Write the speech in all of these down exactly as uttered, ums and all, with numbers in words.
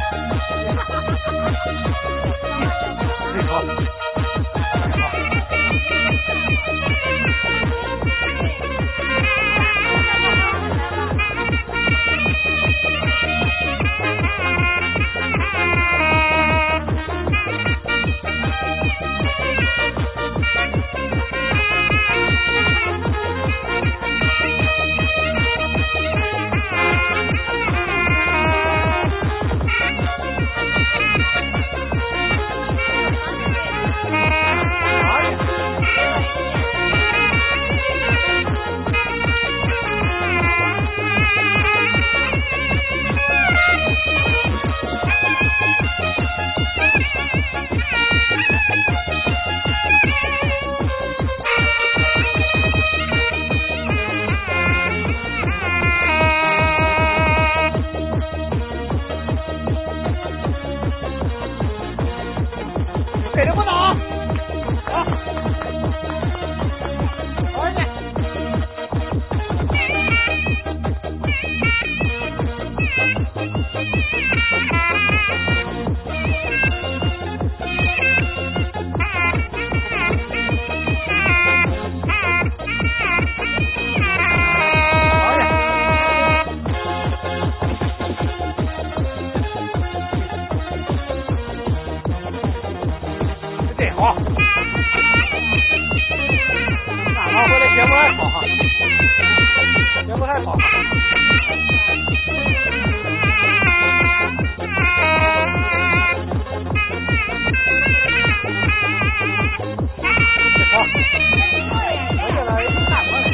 你说。给这不能啊！啊！好一点。好，啊，我这节目还好哈，节目还好哈。好，我这来一大块。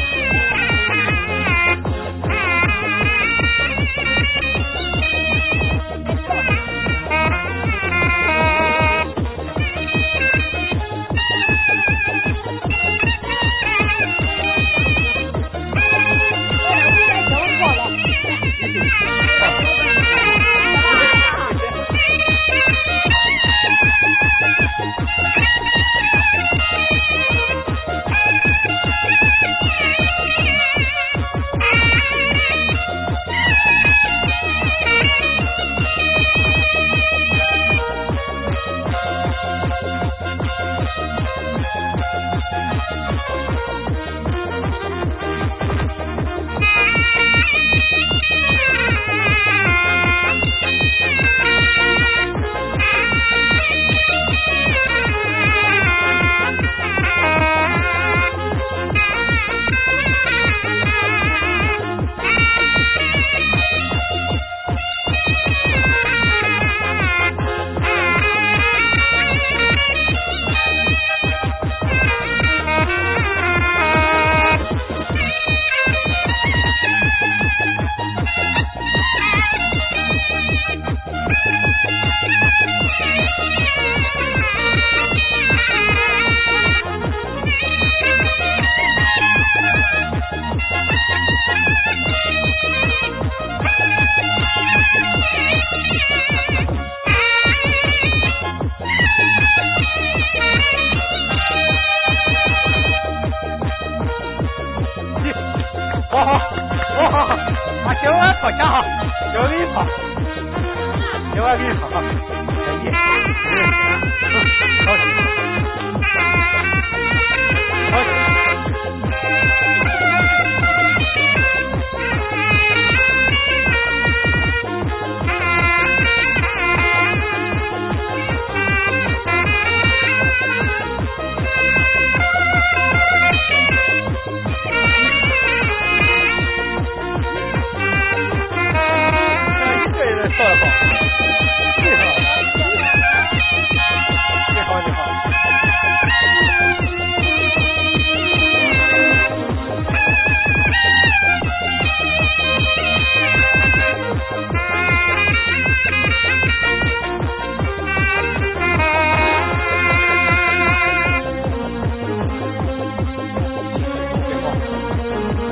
好好，好好好，啊，今晚跑下哈，今晚给你跑，今晚给你跑哈，可以，好，好。做得好，最好，最好最好。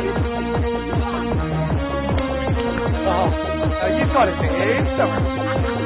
好，呃，一票的谁这玩意儿？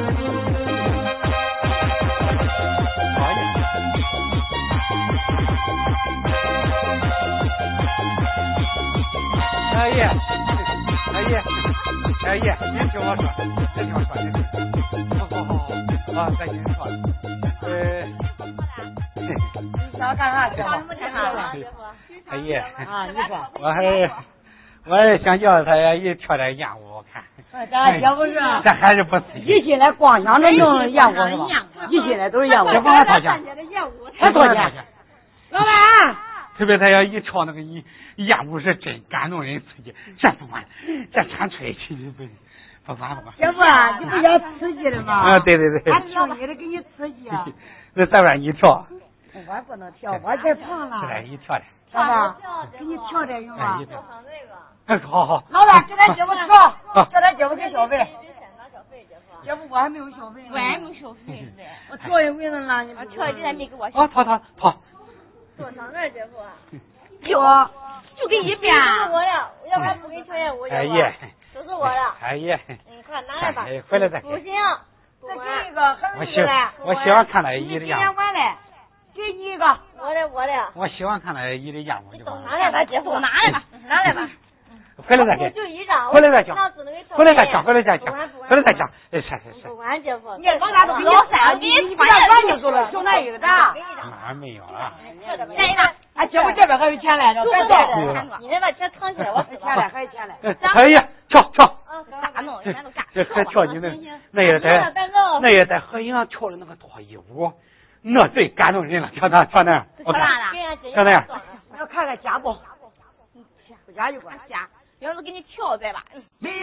啊，赶紧说。呃， 你想干啥去？ 哎呀， 啊，你说。 我还我还想叫他也跳点燕舞，我看。 咱也不是。 这还是不是。 一进来光想着弄燕舞是吧？一进来都是燕舞。 这不还掏钱？ 还掏钱？老板。 特别他要一跳那个燕燕舞是真感动人刺激，这不管，这全吹去不不管不管。 姐夫啊，你不想刺激的吗？ 啊，对对对。 俺听你的给你刺激啊。 那再让你跳。 我不能跳，我太胖了。 来，你跳的。 老板，给你跳点行吗？ 哎，好好。 老板，给咱姐夫跳，叫咱姐夫给小费。姐夫，我还没有小费。 我还没有小费呢。 我跳一回能让你。 我跳一回还没给我。 啊，跳跳跳。 多少呢，姐夫？ 跳， 就给一遍。 都是我的，要不然不给你跳燕舞。 哎呀， 都是我的。 哎呀， 嗯，快拿来吧。 回来再给。 不行， 再给一个，还我喜我喜欢看他一的样子。完了，给你一个。 我的我的。 我喜欢看他一的样子就完了。 拿来吧，姐夫， 拿来吧，拿来吧。 回来再给。 就一张。 回来再讲。回来再讲，回来再讲，回来再讲。哎，是是是。 不管姐夫。 你往哪都给你三，你你把咱就走了，就那一个咋？ 哪没有了？ 再一个。 俺姐夫这边还有钱来着，别走。你再把钱藏起来，我钱来，还有钱来。 哎呀，跳跳。 咋弄？咱都干。 这还跳你那那也在那也在合影上跳的那个脱衣舞，那最感动人了。跳那跳那，我看。跳那样。 要看看家不？不家就管家。要是给你跳再吧。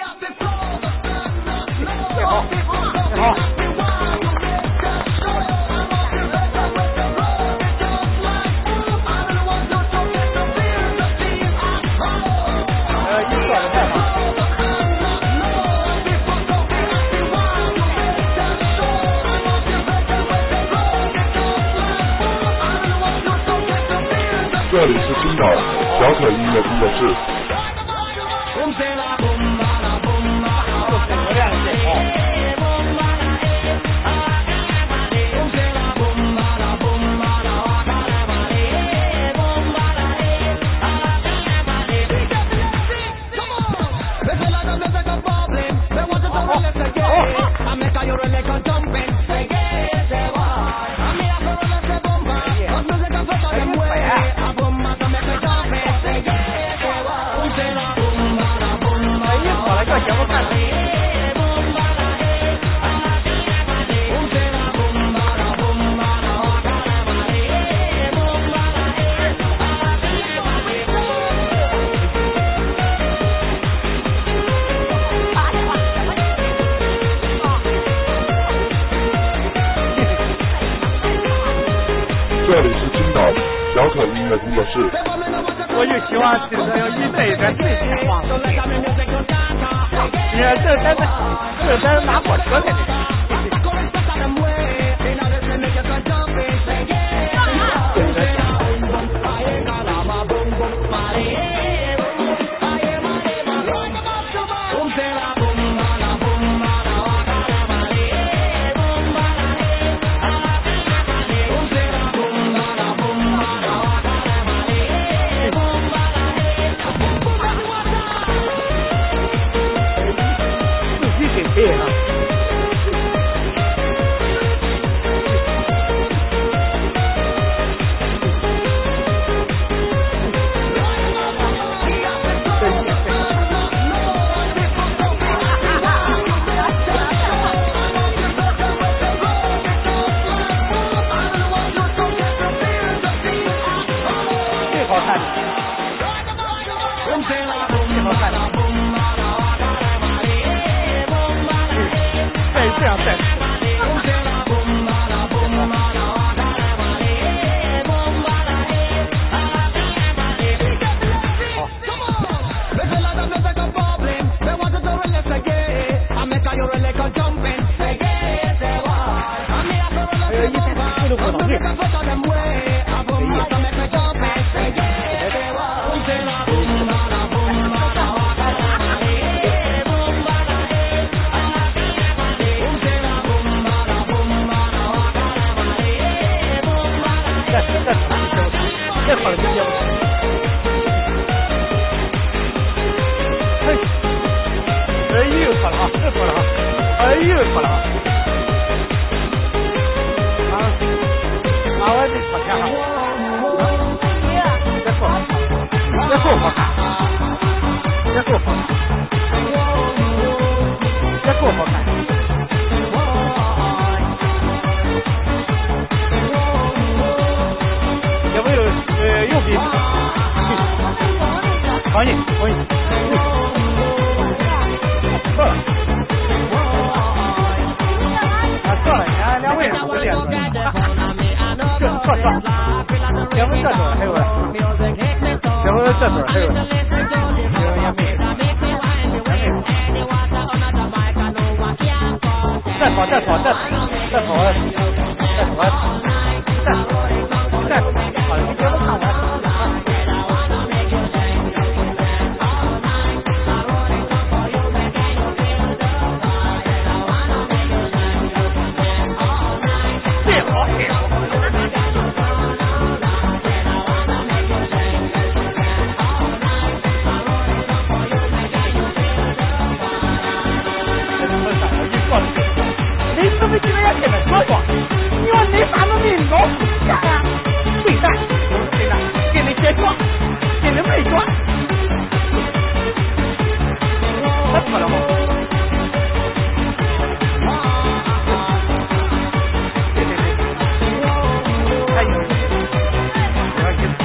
最好，最好。呃，一跳的太好。 这里是青岛小可音乐工作室。这里是青岛小可音乐工作室。 我就希望听着要一辈子最听话。你看这咱这咱拿火车来的。 有了，也没有，再跑再跑再跑再跑再跑再再跑，你别不看我。你说你啥都没老虎干啊？对战，我是对战，给你解决，给你没决，那错了吗？对对对，还有，不要紧。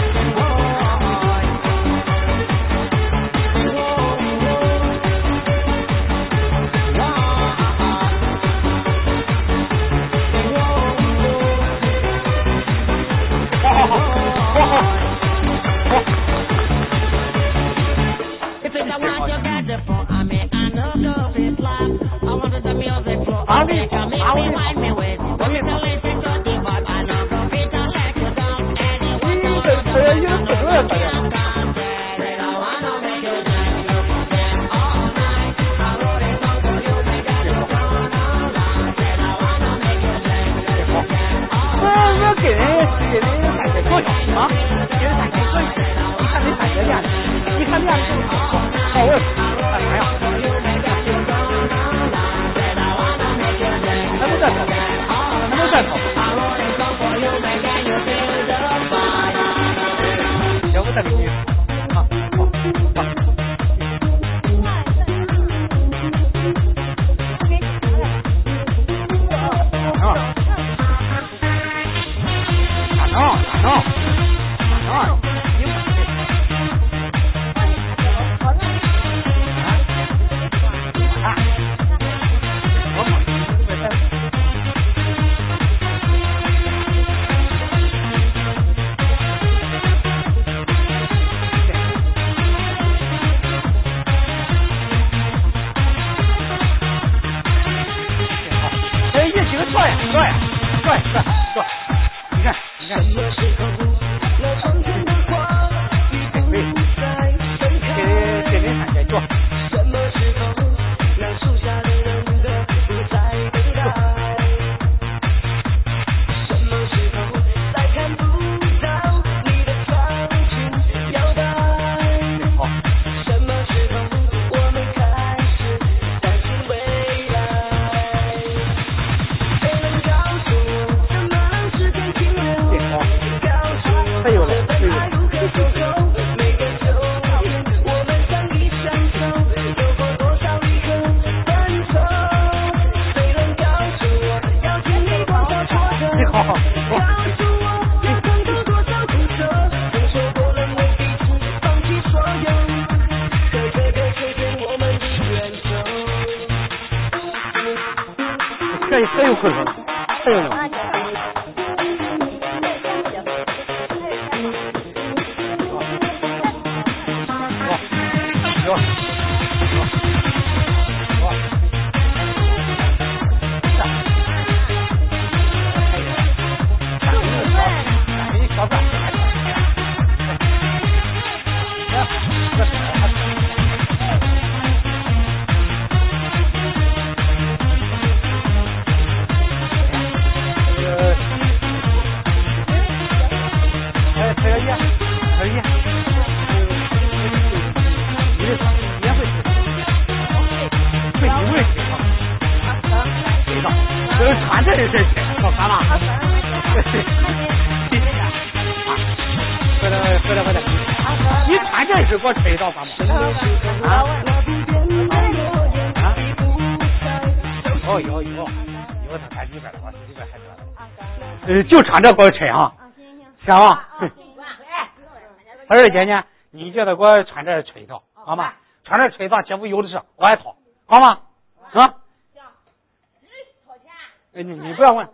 就穿这给我吹啊，行吗？二姐姐，你觉得给我穿这吹一套，好吗？穿这吹一套，姐夫有的是，我还套，好吗？啊？哎，你你不要问，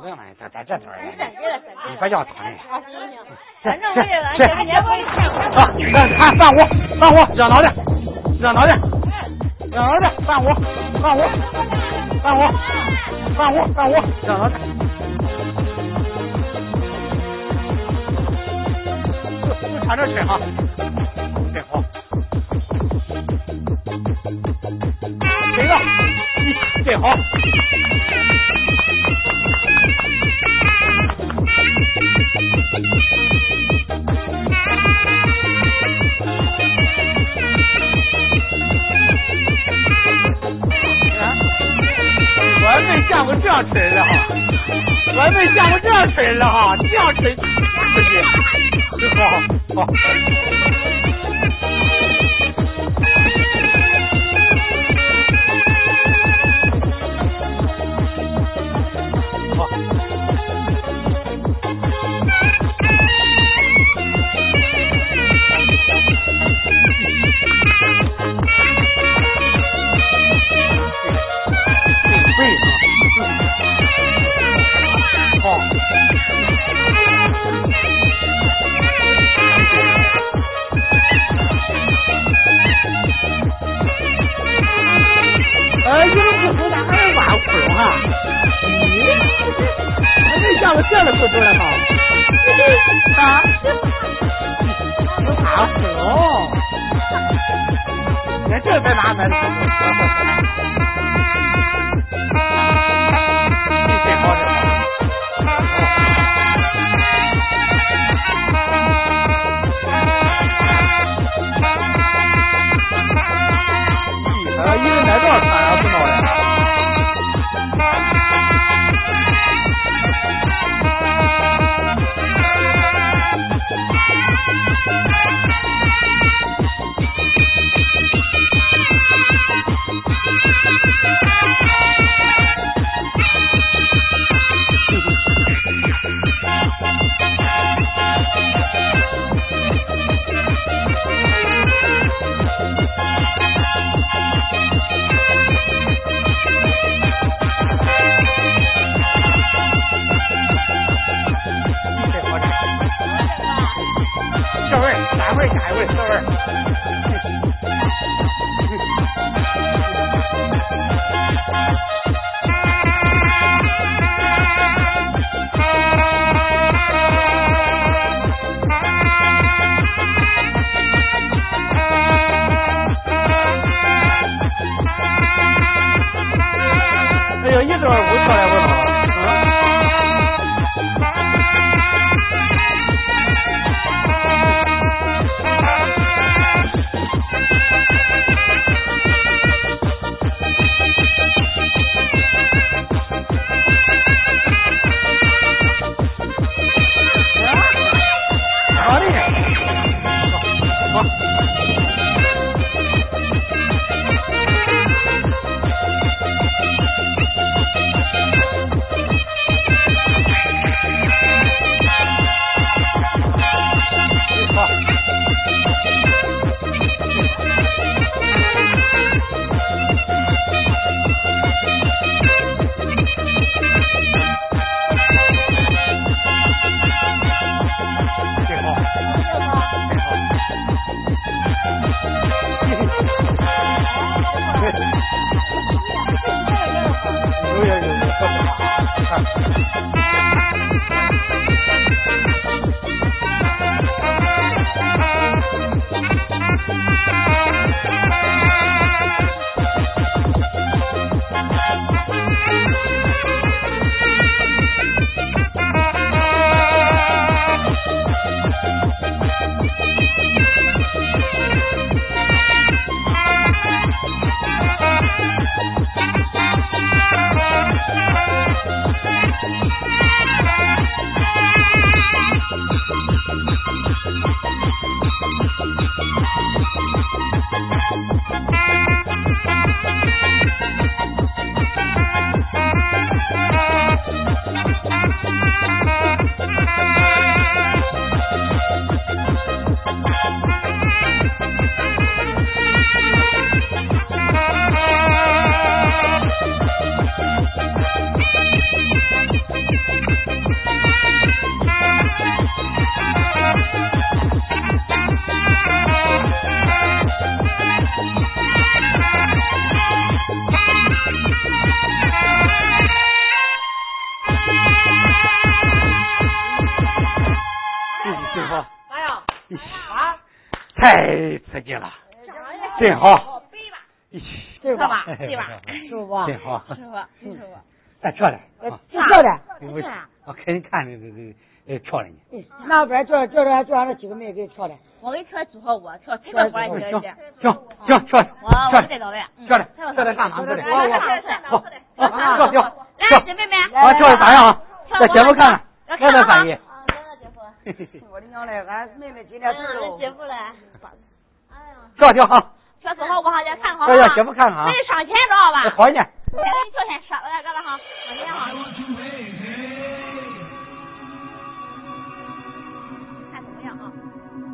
不用了，这这这点儿。 你闪电了，闪电了。 你别叫他呢。 啊，行行行。反正我也完，这个年过一天，我啊，看放我，放我，热闹点，热闹点，热闹点，放我，放我，放我，放我，放我，热闹点。就穿着吃哈，真好。这个，你真好。我没见过这样吃的哈，我没见过这样吃的哈，这样吃不行，好好。这都不出来吗？啊？有大富哦！你这在哪买的？你真好这好。一人买多少穿啊？不闹的。 啊， 太刺激了，真好， 对吧？ 对吧？ 师傅， 真好， 师傅，师傅， 再跳点， 跳点。 我我看你看这这这跳着呢。 那边叫叫着叫上这几个妹给跳的。 我给跳组合舞，跳这个舞来跳一下。 行行跳， 我我这到位。 跳的跳的干嘛？跳的， 我好，跳跳。 来，姐妹们， 啊，跳的咋样？在节目看看，来来反应。 我的娘嘞，俺妹妹今天事喽。 姐夫嘞。 跳跳哈。 跳组合舞哈，再看好哈。跳跳节目看看啊。 可以上前知道吧？ 好一点。 先给你跳先，上来，搁那哈，往前哈。看怎么样啊？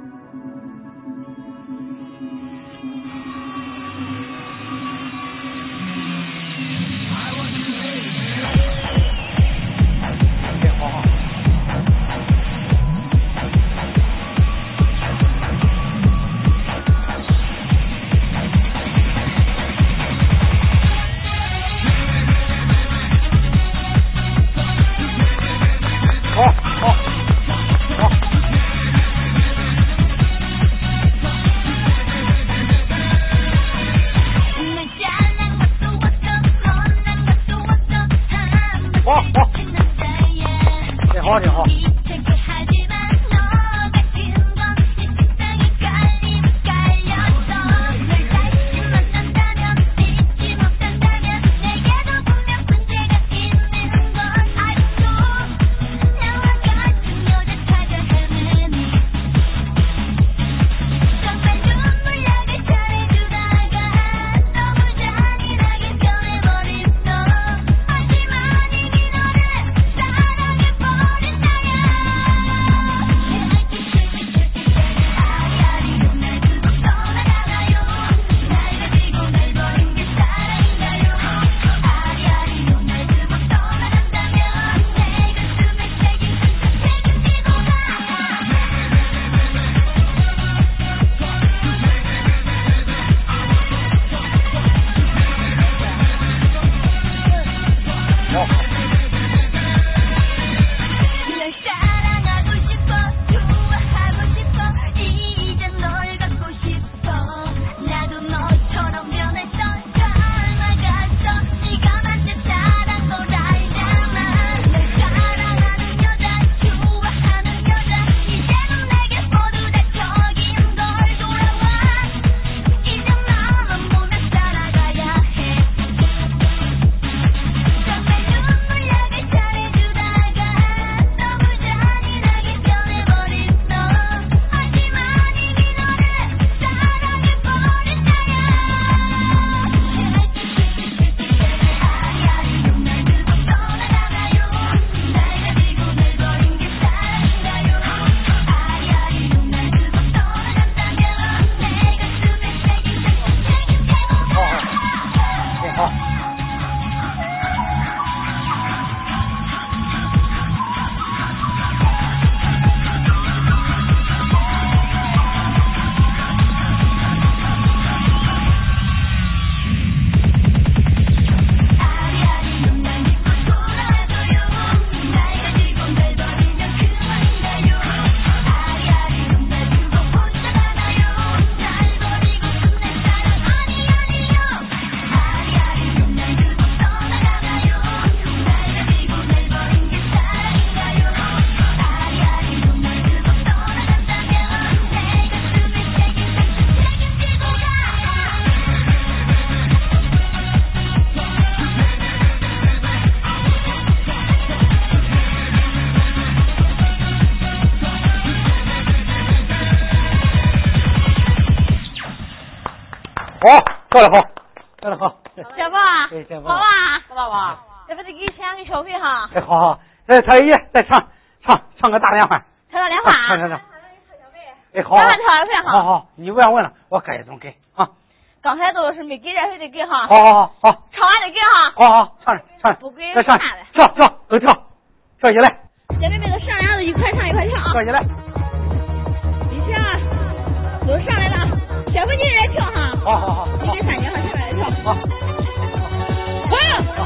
好，做得好，做得好。 小宝啊， 对，小宝啊， 知道吧？ 这不得给钱给小费哈？ 哎，好好，哎，蔡姨再唱唱唱个大连环， 唱大连环啊？ 唱唱唱。哎，好， 咱们跳费哈。 好好，你不要问了，我该怎么给啊？ 刚才都是没给这回得给哈。 好好好好。 唱完得给哈。 好好，唱着唱着。 不给再唱， 啥的。 跳跳都跳，跳起来。 姐妹们都上来了，一块唱一块跳啊。 跳起来。 你先啊，都上来了，小飞你也来跳哈。 好好好。 你跟三姐和前面来跳。 好。 好。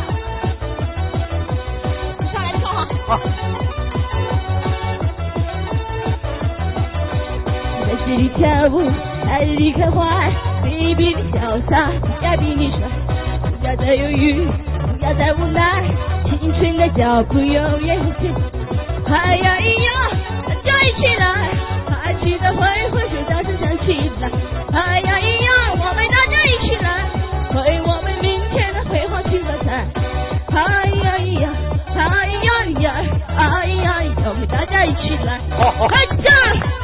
上来跳哈。 好。 里跳舞，在这里开怀，比比你潇洒，要比你帅，不要再犹豫，不要再无奈，青春的脚步永远前进。哎呀咿呀，大家一起来，还记得挥挥手，掌声响起来。哎呀咿呀，我们大家一起来，为我们明天的辉煌去喝彩。哎呀咿呀，哎呀咿呀，哎呀咿呀，我们大家一起来，快点！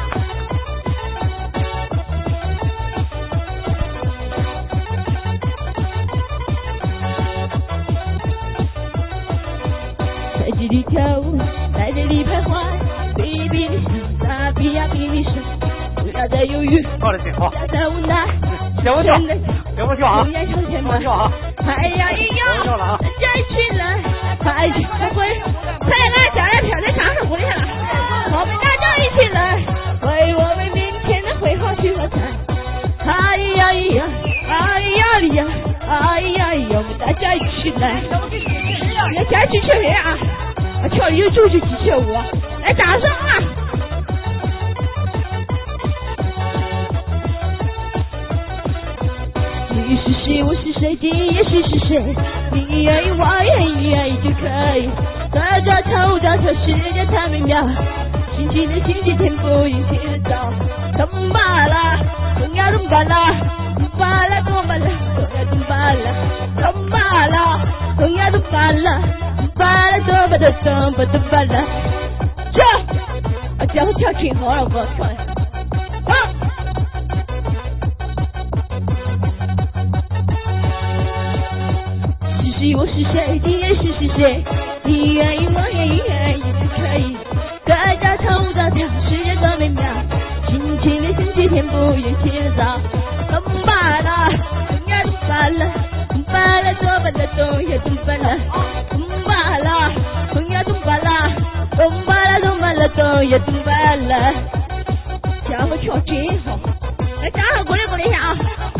在这里跳舞，在这里徘徊，比比你潇洒，比呀比你帅，不要再犹豫， 跳的真好， 不要再无奈， 学不跳，学不跳啊， 永远朝前迈。 跳啊！ 哎呀咿呀，大家一起来，快去开会，快来加来票在上手鼓励下来，我们大家一起来，为我们明天的辉煌去喝彩。哎呀咿呀，哎呀咿呀，哎呀咿呀，我们大家一起来，要加去跳舞啊！啊，跳有就去跳舞，来掌声啊！你是谁，我是谁，你也许是谁，你愿意，我愿意，你愿意就可以。大家跳舞，跳跳，世界太美妙，星期天，星期天不应起得早。咚巴啦，咚呀咚巴啦，咚巴啦咚巴啦，咚呀咚巴啦，咚巴啦，咚呀咚巴啦，咚巴啦咚巴啦咚巴咚巴啦。跳，啊，脚步跳挺好了，我跳呀，啊！是谁，我是谁，你也许是谁，你愿意，我愿意，愿意就可以。大家跳舞跳跳，世界多美妙，星期六星期天不用起得早。咚巴啦，咚呀咚巴啦，咚巴啦咚巴啦咚呀咚巴啦，咚巴啦，咚呀咚巴啦，咚巴啦咚巴啦咚呀咚巴啦。跳舞跳真好，来掌声鼓励鼓励一下啊！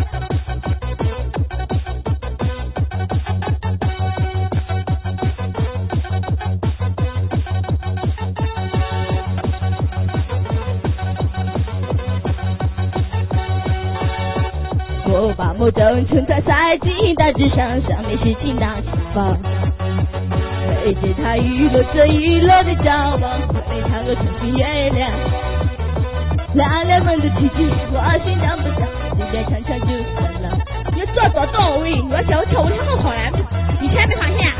我把摩登存在赛季大致上，上面是锦囊情报，背着它雨落着雨落的交往，会唱个重庆月亮，亮亮们的奇迹，我心脏不响，随便唱唱就算了。你做做到位，我跳跳舞跳得好呀，以前没发现。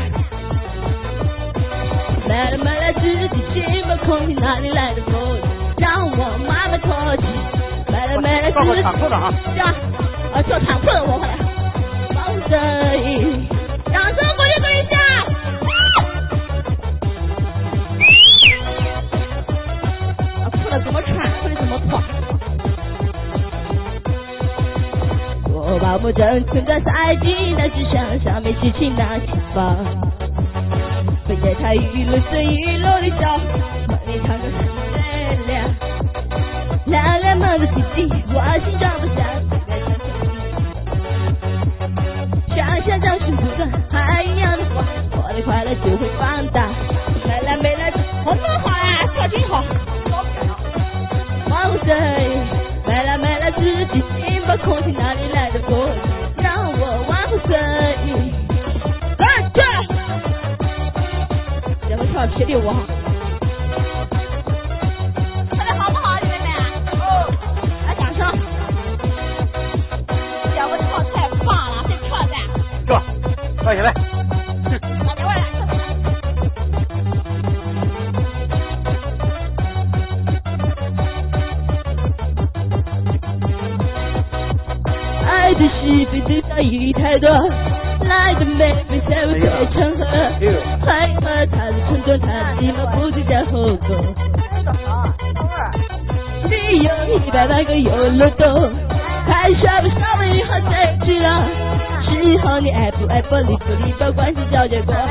买了买了自己心目空气，哪里来的魔力，让我慢慢脱去。买了买了自己，这样。啊，跳坦克的我回来，放着一，掌声鼓励鼓励一下。啊，裤子怎么穿，裤子怎么脱？我把摩登存在赛季的纸上，上面是情囊情报，背着它雨落着雨落的脚，梦里唱着月亮，亮亮梦的奇迹，我心装不下。想象掌声不断，海一样的花，我的快乐就会放大。没来没来，好多好呀，跳挺好。忘谁？没来没来，自己心把空气，哪里来的风，让我忘谁？来这，咱们跳霹雳舞哈。跳的好不好，妹妹？哦，来掌声。要不跳太棒了，这跳的。 跳，跳起来！ 老娘过来。爱的是非的大雨太多，来的妹妹在我在场合，害怕他的冲动，他的寂寞不停在后头。你有一百万个有漏洞，还少不少的以后谁知道？之后你爱不爱不理不理都关系交接过。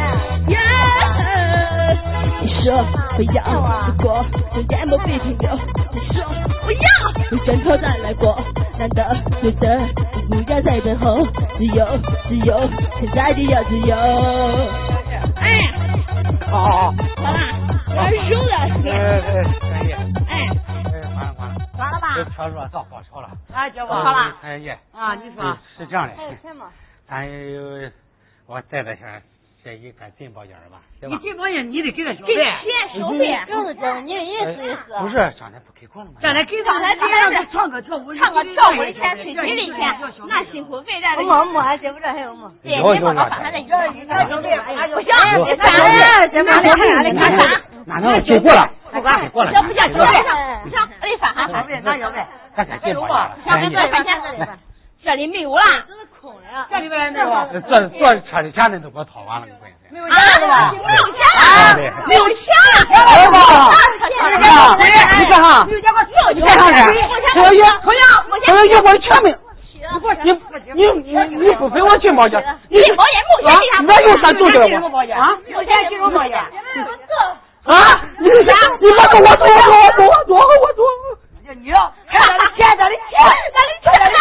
你说不要，不过中间不必停留。你说不要，你转头再来过。难道觉得你不要在等候？自由，自由，现在就要自由。哎， 好好好， 好啦，我要揉了。 哎哎，可以。 哎， 哎，完了完了， 完了吧？ 这车说到报销了。 啊，姐夫好了。哎爷。 啊，你说。 是这样的。 还有钱吗？ 咱有，我带着先这一块进保险吧，行吧？ 你进保险你得给他小给费。 钱小费，不用交，你的意思意思。 不是，刚才不给过了吗？ 刚才给刚才让他唱歌跳舞， 唱歌跳舞的钱，吹笛的钱，那辛苦费咱得。 没没，姐夫这还有吗？ 对，你把把他的要小费， 不行， 咱俩咱俩拿拿拿拿就过了，不管过了。 这不叫小费，不行，得返还小费， 拿小费， 咱赶紧吧。 小费多少钱？这里没有了， 这是空的。 这里边没有。 坐坐车的钱你都给我掏完了，你关键。 没有钱了吧？ 没有钱了，没有钱了， 来吧， 你看哈， 没有钱我你看看，我爷，我爷，我爷我全没。你你你你不赔我进保险，你进保险没钱， 那有啥做的吗？啊，有钱进入保险。 啊，你你把我我我我我我我我， 你要看咱的钱，咱的钱，咱的钱，咱的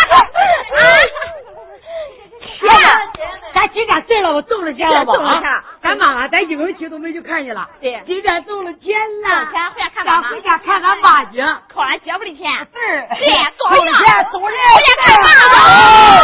钱。钱，咱今天挣了，我中了钱了吧？啊，咱妈妈在一口气都没去看去了。 对， 今天中了钱了， 钱回家看妈妈， 回家看咱妈去， 靠俺姐夫的钱。 是， 对，中了钱，中了， 回家看妈妈。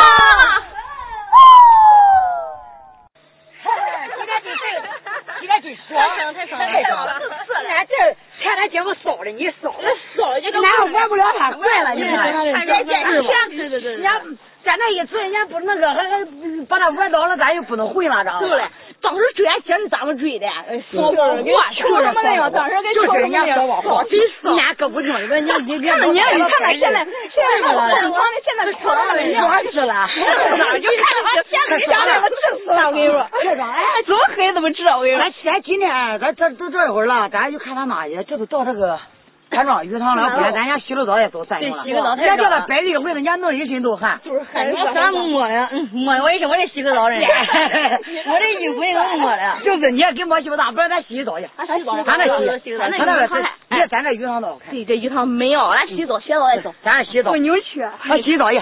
今天真是，今天真爽，太爽太爽了。今天这看咱姐夫烧的，你烧了烧了，这个哪管不了他坏了，你看，看这钱对对对，人家在那一存，人家不那个还还把他玩倒了，咱又不能回了，知道吗？对了，当时追俺姐是咋么追的？烧网火，求什么那样？当时给求什么那样？烧真烧！人家搁不听，人家你你你你看他现在现在了，现在都抽了，人家死了，就看他前面下来，我气死了，我跟你说。哎，怎么黑怎么知道？我跟你说，咱今天咱这都这一会儿了，咱就看他妈去，这都到这个。山庄鱼塘了，回来咱家洗了澡也都散了。洗个澡太热了。人家叫他百里回来，人家弄一身都汗。就是汗。我咋摸呀？摸我一身，我得洗个澡人。我这衣服也能摸了。就是你也给摸洗不大，不然咱洗洗澡去。咱洗澡。咱那洗。咱那边是，你咱这鱼塘多好看。对，这鱼塘美哦，咱洗澡洗澡也走。咱洗澡。不扭曲。咱洗澡去。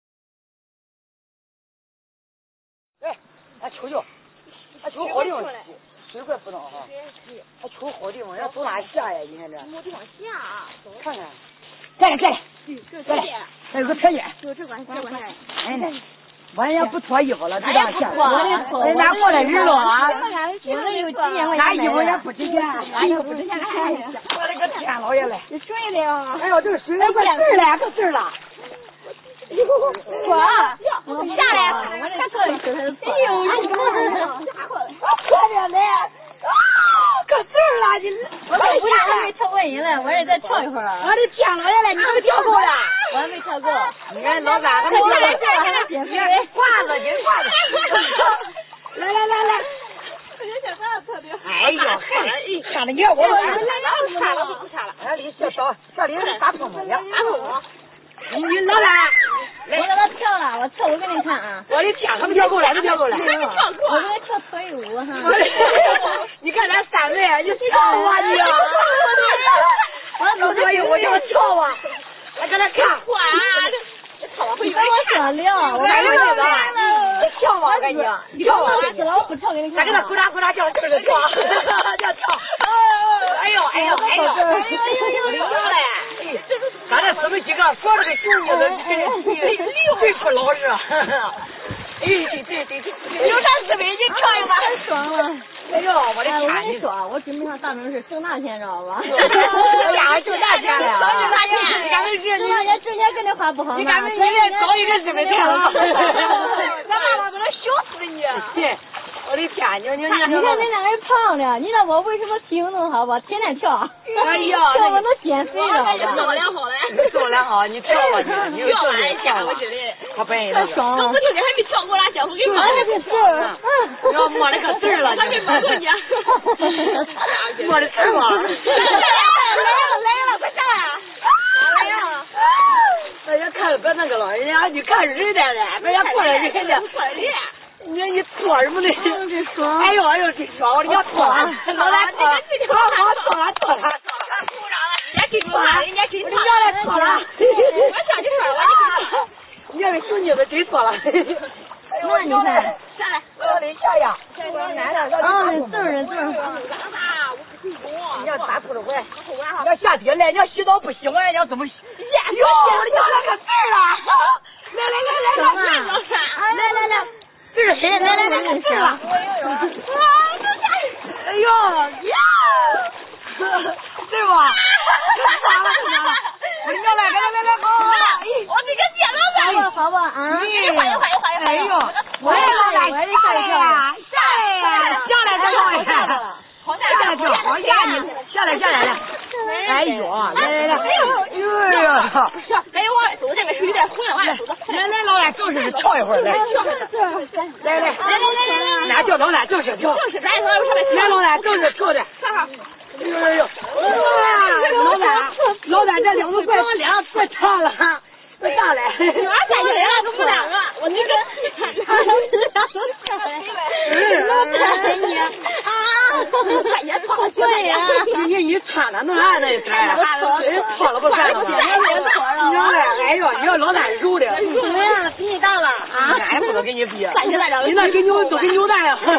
哎，俺求求，俺求好地方洗。水快不能哈，还求好地方，要走哪下呀？你看这。没地方下。看看，再来再来，再来，还有个车间。就这管这管下。哎呀，完人家不脱衣服了，就这样下。人家过来人了啊。拿衣服也不值钱，拿衣服不值钱。我的个天老爷嘞！你水了。哎呦，这个水快事儿了，这事儿了。 我下来，我这坐一会儿，哎呦， 快点来！啊，可事儿了你！ 我这不还没跳过瘾呢，我也再跳一会儿啊。 我的天老爷嘞，你都跳够了？ 我还没跳够。 你看老三，他们跳了，你挂着，你挂着。来来来来。哎呦，哎，看着你我，我不差了，不差了。哎，里小小小里打碰碰去，打碰碰。你老三， 我给他跳了，我跳舞给你看啊！ 我的天，他们跳够了，他跳够了， 还没跳够，我给他跳脱衣舞哈！ 你看咱三位，你跳啊你！我跳脱衣舞就跳啊！来给他看， 哇！你跟我说聊，我来了你你跳吧，我跟你， 你跳吧，我不跳给你看。 咱给他鼓掌鼓掌叫，这个跳，叫跳。哎呦哎呦哎呦！哎呦呦呦呦嘞！咱这四个几个说这个熊妮子，最不老实。哎，对对对对，有啥滋味？你跳一把， 太爽了。 哎呦，我的天！ 我跟你说，我准备上大门是挣大钱，知道吧？ 俩挣大钱了，挣大钱！你赶紧去， 挣大钱，挣钱肯定花不好。 你赶紧你搞一个日本钱了，咱妈妈搁那笑死你！我的天，你你你， 你看你两个人胖的，你知道我为什么体型那么好吧？天天跳， 哎呀， 跳我都减肥了。 做良好嘞，做良好，你跳吧你，你跳完跳过去的，他本意太爽了。 我听你还没跳过来，姐夫给摸那个字儿，要摸那个字儿了， 还没摸过你， 摸的字儿吗？ 来了来了，快下来！来呀！ 大家看别那个了，人家你看人家嘞，人家过来人家。你你错什么呢？哎呦哎呦，真爽！我的要错了，老大错了，错了错了错了， 鼓掌了，人家真错了，人家真错了， 人家错了， 我下去错了， 你这个熊妮子真错了。 那你看， 下来， 我要得下呀， 啊，字儿字儿， 你要打扑着回，你要下地来，你要洗澡不洗完，你要怎么洗？ 呦，我的娘，那可劲儿了！来来来来来，来来来，这是谁？来来来，可劲儿了！哎呦呀！对吧？咋了？我的娘来，来来来，好， 我这个见了呗， 好不好啊？ 欢迎欢迎欢迎欢迎！ 哎呦，我也来，我也下来呀，下来呀，下来这老爷， 好下来这，好下你，下来下来来，哎呦，来来来，哎呦哎呦， 哎呦，我走这个是有点红了，我走。 来来，老赖就是跳一会儿来，来来来来来来，哪跳老赖就是跳， 就是咱说上面来老赖就是跳的，哎呦哎呦，哇，老赖老赖这两个怪两太长了。快下来！ 你玩三个人了，都不两个，我这个。 老太你啊！ 快点跑对呀！ 你你穿了弄啥呢？穿跑了不算了吗？你要来，哎呦，你要老太肉的， 怎么样？比你大了啊？ 俺不能跟你比， 你那跟牛都跟牛蛋呀！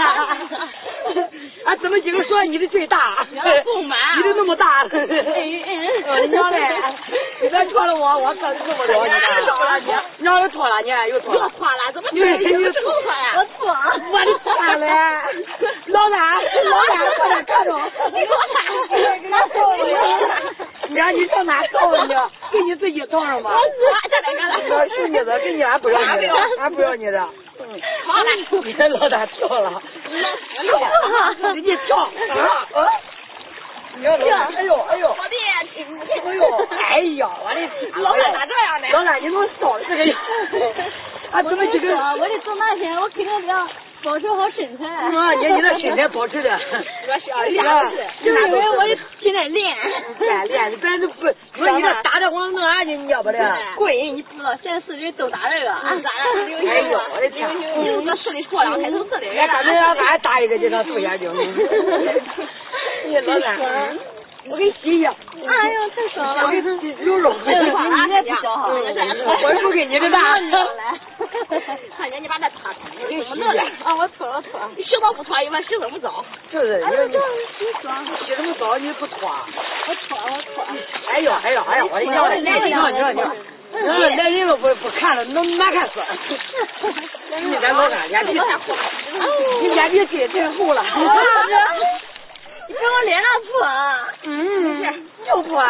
啊，怎么几个说你的最大？ 不满， 你的那么大。你娘嘞！你别戳了我，我可受不了你了。你要又错了，你又错了。 又错了，怎么你你错呀？ 我错，我的错嘞！老大，老大，快点看着。 你给我看，给他揍我！你让你上哪揍你？给你自己头上吧。 我死，这两个了。 是你的，给你俺不要你的，俺不要你的。 好了， 你老大跳了，跳，你跳啊！你要跳，哎呦哎呦， 我的天， 哎呦，哎呀，我的天， 老大咋这样呢？ 老大，你怎么烧的这个样？啊，怎么这个？ 我得走那天，我肯定要保持好身材。 啊，你你的身材保持的， 我是， 就是因为我现在练。 练练，你别不不，不是你这打着光弄啥呢？你要不的？ 贵，你不知道，现在市里都打这个。 咋的？ 哎呦，我的天！ 你怎么视力错了？抬头视力。 俺刚才让俺打一个，就让做眼睛。你老三，我给你洗洗。 哎呦，太爽了！ 我给你洗牛肉。 哎呦，你也不小哈。 我不给你的大。 看见你把那擦开， 我给你洗洗。 啊，我错我错。你洗澡不搓，一般洗这么早。 就是你你洗爽。 洗这么早你不搓？ 我搓我搓。 哎呦哎呦哎呦！我一叫来，你看你看你看。嗯，来人了不不看了，能难看死。你咱老干脸皮，你脸皮真真厚了。 你给我脸上搓。 嗯，又搓。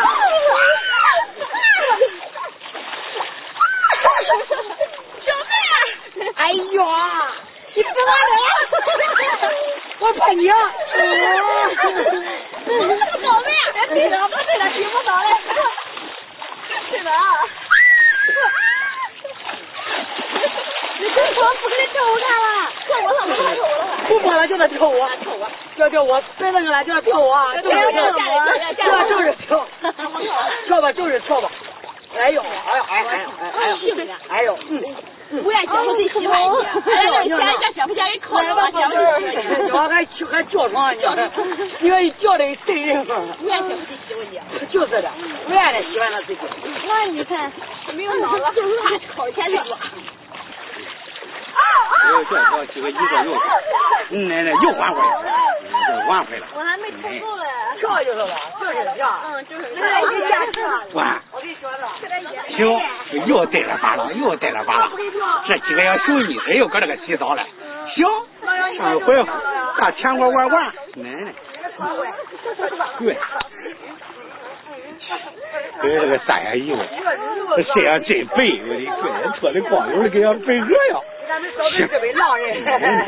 救命！ 哎呦，你别玩了，我怕你。 救命！对的，不对的，听不到嘞。是的。 你真说不给你跳舞看了？ 跳我了，跳我了。 不播了，叫他跳舞。 跳我。 叫跳我，别那个了，叫他跳舞啊！跳跳跳，跳就是跳。跳吧就是跳吧。哎呦，哎呦，哎呦，哎呦，哎呦，嗯， 我也觉得最喜欢你。哎呀，现在想不想给靠着吧？想不想？ 我还还叫床你，你看你叫的瘆人慌。 我也想不起喜欢你。 就是的，我也喜欢他自己。 那你看， 没有脑子，就是他靠前去做。 又叫我几个一个又，奶奶又玩回来了，又玩回来了。 我还没跳够嘞。 跳就是吧，就是跳。 嗯，就是。 玩。 我跟你说了。 行，又带了把了，又带了把了。这几个要兄弟，这又搁这个洗澡了。行，上回到前国玩玩，奶奶。对。给这个三眼衣服，身上真白，我的个脱的光溜的，跟像白鹅呀。 行，这位浪人，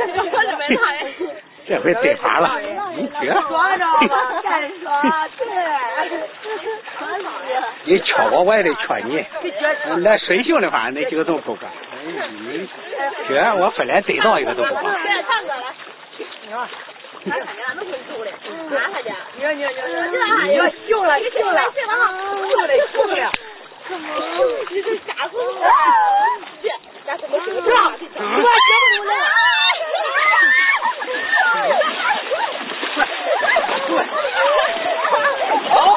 这回对法了，你这， 爽着吧，干爽，对。 你敲我，我也得敲你。来水性的话，那几个都不管。你这我分来得到一个都不管。 唱歌了。你看，俺都会救的，拿他家。你你你， 你要秀了，秀了，秀了，秀了。 你这家伙，这家伙不是，我接不住了。好，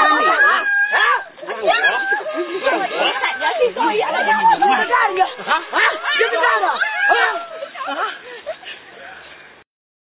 没有。